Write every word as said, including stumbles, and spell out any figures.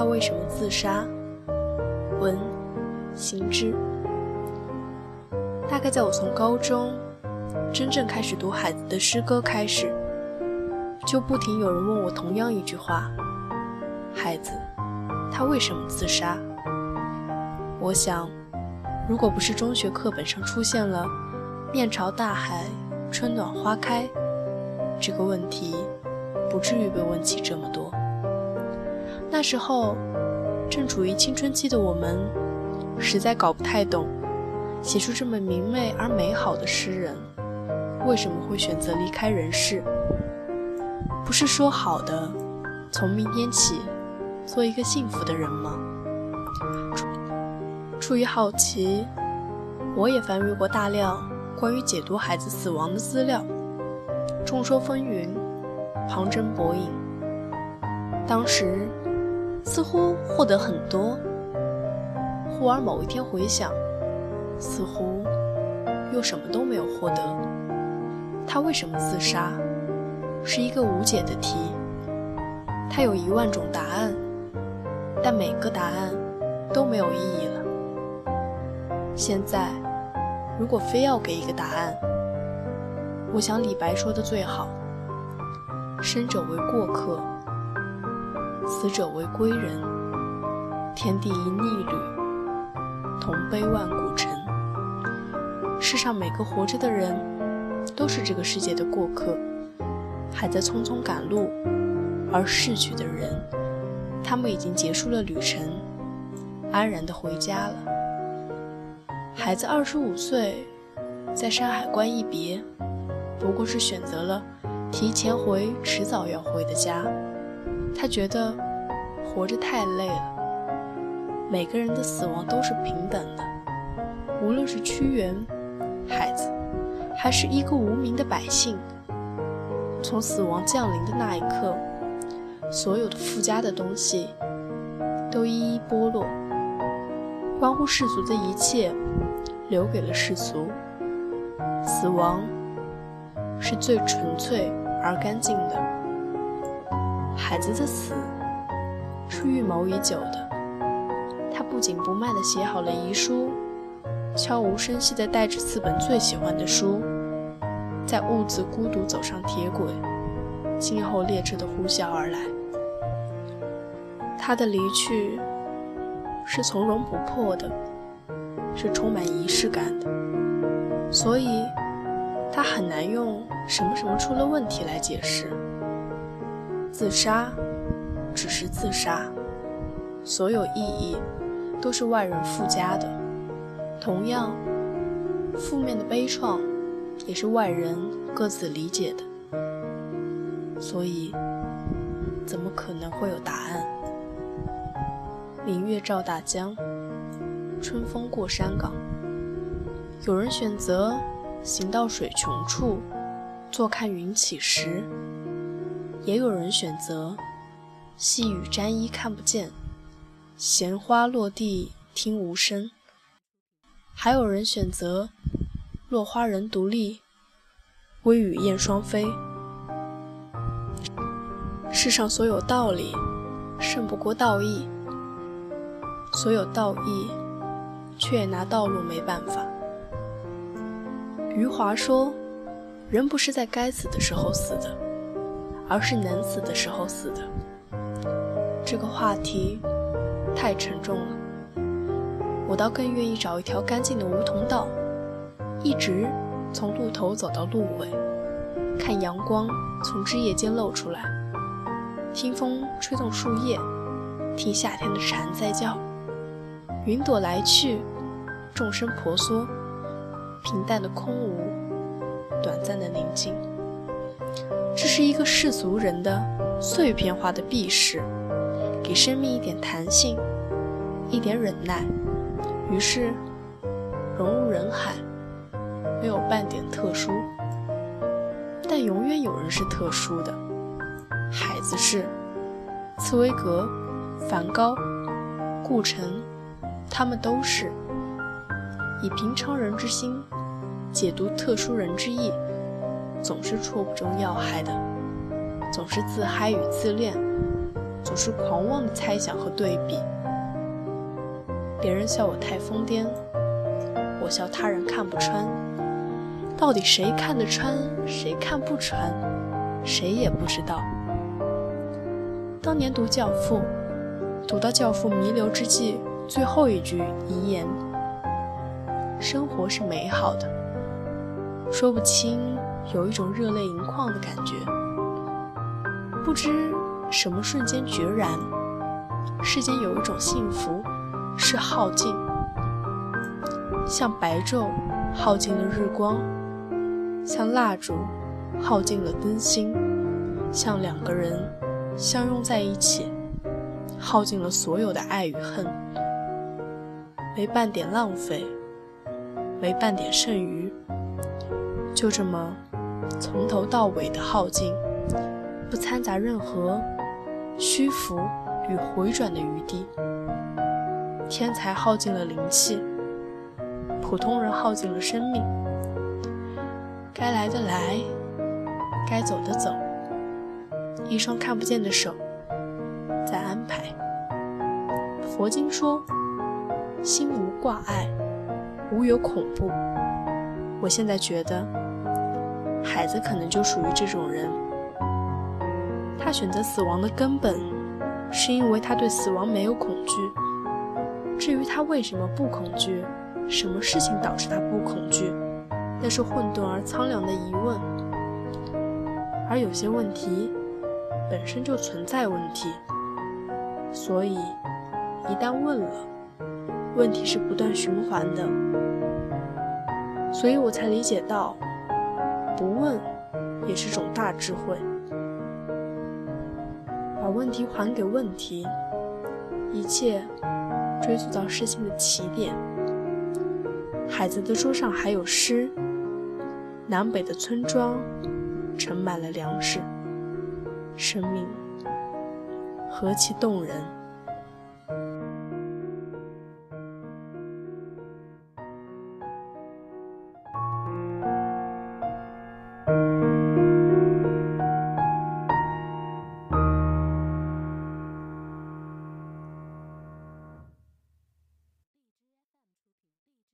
他为什么自杀？文行之。大概在我从高中真正开始读海子的诗歌开始，就不停有人问我同样一句话：海子，他为什么自杀？我想，如果不是中学课本上出现了面朝大海，春暖花开，这个问题不至于被问起这么多。那时候正处于青春期的我们，实在搞不太懂，写出这么明媚而美好的诗人，为什么会选择离开人世？不是说好的从明天起做一个幸福的人吗？出于好奇，我也翻阅过大量关于解读孩子死亡的资料，众说纷纭，旁征博引。当时似乎获得很多，忽而某一天回想，似乎又什么都没有获得。他为什么自杀？是一个无解的题。他有一万种答案，但每个答案都没有意义了。现在如果非要给一个答案，我想李白说的最好：生者为过客，死者为归人，天地一逆旅，同悲万古尘。世上每个活着的人都是这个世界的过客，还在匆匆赶路，而逝去的人，他们已经结束了旅程，安然地回家了。孩子二十五岁，在山海关一别，不过是选择了提前回迟早要回的家。他觉得活着太累了。每个人的死亡都是平等的，无论是屈原、孩子，还是一个无名的百姓。从死亡降临的那一刻，所有的附加的东西都一一剥落，关乎世俗的一切留给了世俗。死亡是最纯粹而干净的。孩子的死是预谋已久的，他不紧不慢地写好了遗书，悄无声息地带着四本最喜欢的书，在兀自孤独走上铁轨，今后列车的呼啸而来。他的离去是从容不迫的，是充满仪式感的，所以他很难用什么什么出了问题来解释。自杀只是自杀，所有意义都是外人附加的，同样负面的悲怆也是外人各自理解的，所以怎么可能会有答案？明月照大江，春风过山岗。有人选择行到水穷处，坐看云起时，也有人选择细雨沾衣看不见，闲花落地听无声，还有人选择落花人独立，微雨燕双飞。世上所有道理胜不过道义，所有道义却也拿道路没办法。余华说，人不是在该死的时候死的，而是能死的时候死的。这个话题太沉重了，我倒更愿意找一条干净的梧桐道，一直从路头走到路尾，看阳光从枝叶间露出来，听风吹动树叶，听夏天的蝉在叫，云朵来去，众生婆娑，平淡的空无，短暂的宁静。这是一个世俗人的碎片化的避世，给生命一点弹性，一点忍耐，于是融入人海，没有半点特殊。但永远有人是特殊的，孩子是，茨威格、梵高、顾城，他们都是。以平常人之心解读特殊人之意，总是戳不中要害的，总是自嗨与自恋， 总是狂妄的猜想和对比。别人笑我太疯癫，我笑他人看不穿。到底谁看得穿，谁看不穿，谁也不知道。当年读《教父》，读到教父弥留之际最后一句遗言，生活是美好的，说不清，有一种热泪盈眶的感觉。不知什么瞬间决然，世间有一种幸福是耗尽，像白昼耗尽了日光，像蜡烛耗尽了灯芯，像两个人相拥在一起，耗尽了所有的爱与恨，没半点浪费，没半点剩余，就这么从头到尾的耗尽，不掺杂任何虚浮与回转的余地。天才耗尽了灵气，普通人耗尽了生命。该来的来，该走的走，一双看不见的手在安排。佛经说，心无挂碍，无有恐怖。我现在觉得，孩子可能就属于这种人。他选择死亡的根本，是因为他对死亡没有恐惧。至于他为什么不恐惧，什么事情导致他不恐惧，那是混沌而苍凉的疑问。而有些问题本身就存在问题，所以一旦问了，问题是不断循环的。所以我才理解到，不问也是种大智慧。把问题还给问题，一切追溯到事情的起点。孩子的桌上还有诗，南北的村庄盛满了粮食，生命何其动人。